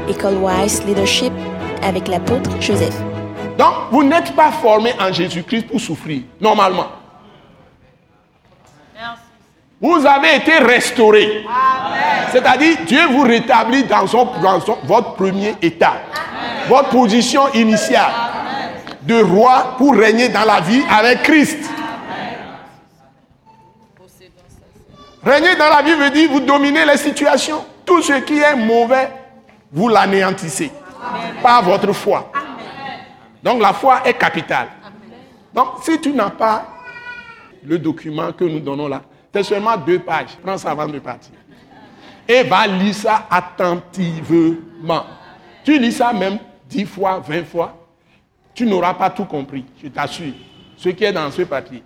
École Wise Leadership avec l'apôtre Joseph. Donc, vous n'êtes pas formé en Jésus-Christ pour souffrir, normalement. Merci. Vous avez été restauré. Amen. C'est-à-dire, Dieu vous rétablit dans votre premier état. Amen. Votre position initiale. Amen. De roi pour régner dans la vie avec Christ. Amen. Régner dans la vie veut dire vous dominez les situations. Tout ce qui est mauvais, vous l'anéantissez. Amen. Par votre foi. Amen. Donc la foi est capitale. Amen. Donc si tu n'as pas le document que nous donnons là, c'est seulement 2 pages. Prends ça avant de partir. Et va lire ça attentivement. Tu lis ça même 10 fois, 20 fois. Tu n'auras pas tout compris, je t'assure. Ce qui est dans ce papier.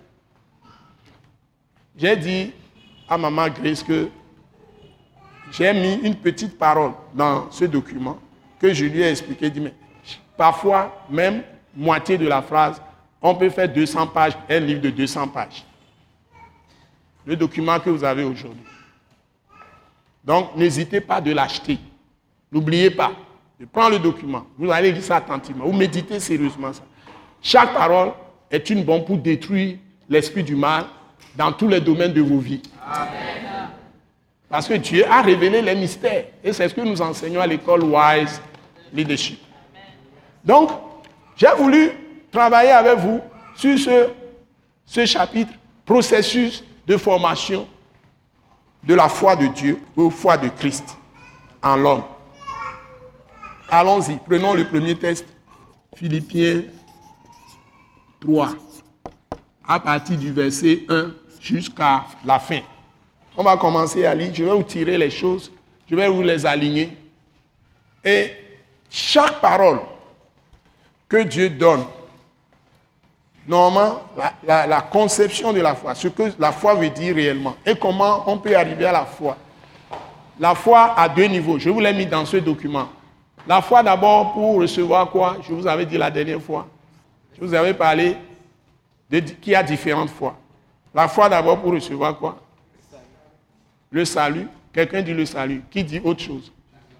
J'ai dit à Maman Grace que j'ai mis une petite parole dans ce document que je lui ai expliqué. Dit, mais parfois, même moitié de la phrase, on peut faire 200 pages, un livre de 200 pages. Le document que vous avez aujourd'hui. Donc, n'hésitez pas de l'acheter. N'oubliez pas de prendre le document. Vous allez lire ça attentivement. Vous méditez sérieusement ça. Chaque parole est une bombe pour détruire l'esprit du mal dans tous les domaines de vos vies. Amen. Parce que Dieu a révélé les mystères. Et c'est ce que nous enseignons à l'école Wise Leadership. Donc, j'ai voulu travailler avec vous sur ce chapitre, processus de formation de la foi de Dieu ou foi de Christ en l'homme. Allons-y, prenons le premier texte, Philippiens 3, à partir du verset 1 jusqu'à la fin. On va commencer à lire, je vais vous tirer les choses, je vais vous les aligner. Et chaque parole que Dieu donne, normalement, la conception de la foi, ce que la foi veut dire réellement, et comment on peut arriver à la foi. La foi a 2 niveaux, je vous l'ai mis dans ce document. La foi d'abord pour recevoir quoi? Je vous avais dit la dernière fois. Je vous avais parlé qu'il y a différentes foi. La foi d'abord pour recevoir quoi? Le salut. Quelqu'un dit le salut. Qui dit autre chose?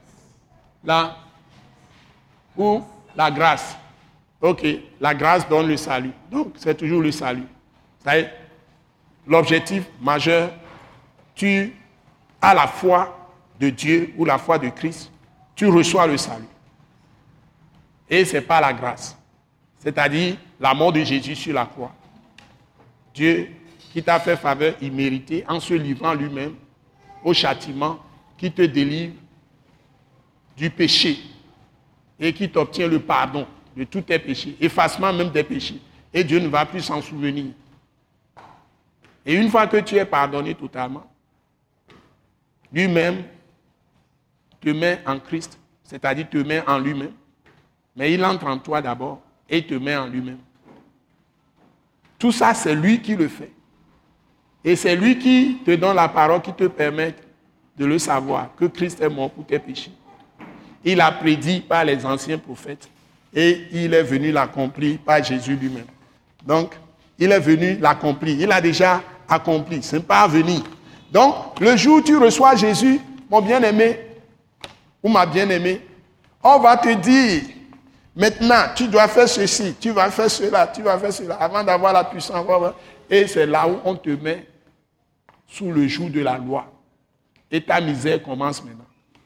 Ou la grâce. Ok, la grâce donne le salut. Donc, c'est toujours le salut. C'est-à-dire, l'objectif majeur, tu as la foi de Dieu ou la foi de Christ, tu reçois le salut. Et ce n'est pas la grâce. C'est-à-dire, la mort de Jésus sur la croix. Dieu qui t'a fait faveur imméritée en se livrant lui-même au châtiment qui te délivre du péché et qui t'obtient le pardon de tous tes péchés, effacement même des péchés. Et Dieu ne va plus s'en souvenir. Et une fois que tu es pardonné totalement, lui-même te met en Christ, c'est-à-dire te met en lui-même. Mais il entre en toi d'abord et te met en lui-même. Tout ça, c'est lui qui le fait. Et c'est lui qui te donne la parole qui te permet de le savoir, que Christ est mort pour tes péchés. Il a prédit par les anciens prophètes et il est venu l'accomplir par Jésus lui-même. Donc, il est venu l'accomplir. Il a déjà accompli. Ce n'est pas à venir. Donc, le jour où tu reçois Jésus, mon bien-aimé ou ma bien-aimée, on va te dire, maintenant, tu dois faire ceci, tu vas faire cela, tu vas faire cela, avant d'avoir la puissance. Et c'est là où on te met sous le joug de la loi. Et ta misère commence maintenant.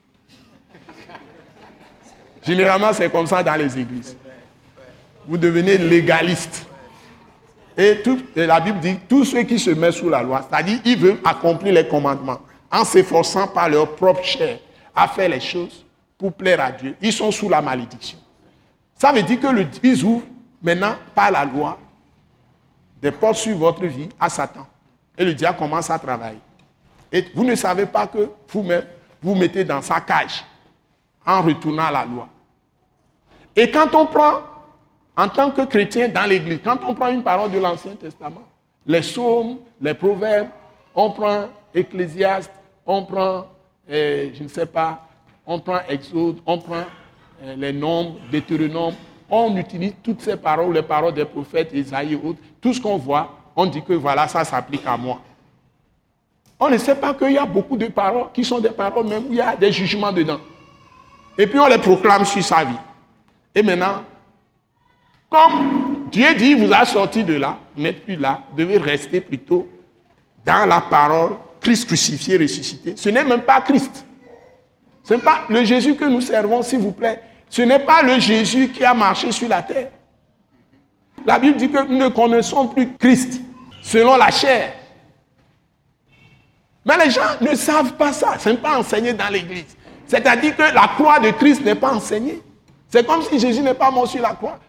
Généralement, c'est comme ça dans les églises. Vous devenez légaliste. Et la Bible dit, tous ceux qui se mettent sous la loi, c'est-à-dire, ils veulent accomplir les commandements, en s'efforçant par leur propre chair à faire les choses pour plaire à Dieu. Ils sont sous la malédiction. Ça veut dire qu'ils ouvrent maintenant, par la loi, des portes sur votre vie à Satan. Et le diable commence à travailler. Et vous ne savez pas que vous-même, vous mettez dans sa cage en retournant à la loi. Et quand on prend, en tant que chrétien dans l'église, quand on prend une parole de l'Ancien Testament, les psaumes, les proverbes, on prend Ecclésiaste, on prend, je ne sais pas, on prend Exode, on prend les nombres, Deutéronome, on utilise toutes ces paroles, les paroles des prophètes, Isaïe et autres, tout ce qu'on voit, on dit que voilà, ça s'applique à moi. On ne sait pas qu'il y a beaucoup de paroles qui sont des paroles même où il y a des jugements dedans. Et puis on les proclame sur sa vie. Et maintenant, comme Dieu dit, il vous a sorti de là, vous n'êtes plus là, vous devez rester plutôt dans la parole, Christ crucifié, ressuscité. Ce n'est même pas Christ. Ce n'est pas le Jésus que nous servons, s'il vous plaît. Ce n'est pas le Jésus qui a marché sur la terre. La Bible dit que nous ne connaissons plus Christ selon la chair. Mais les gens ne savent pas ça. Ce n'est pas enseigné dans l'église. C'est-à-dire que la croix de Christ n'est pas enseignée. C'est comme si Jésus n'est pas mort sur la croix.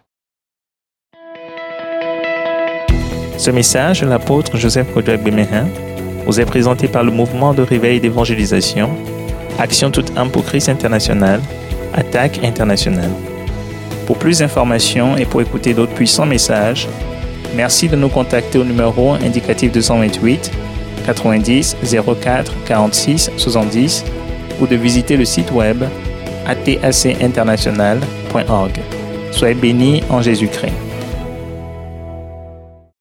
Ce message de l'apôtre Joseph Kodouak Bemehin vous est présenté par le mouvement de réveil d'évangélisation, Action toute âme pour Christ international, Attaque internationale. Pour plus d'informations et pour écouter d'autres puissants messages, merci de nous contacter au numéro indicatif 228 90 04 46 70 ou de visiter le site web atacinternational.org. Soyez bénis en Jésus-Christ.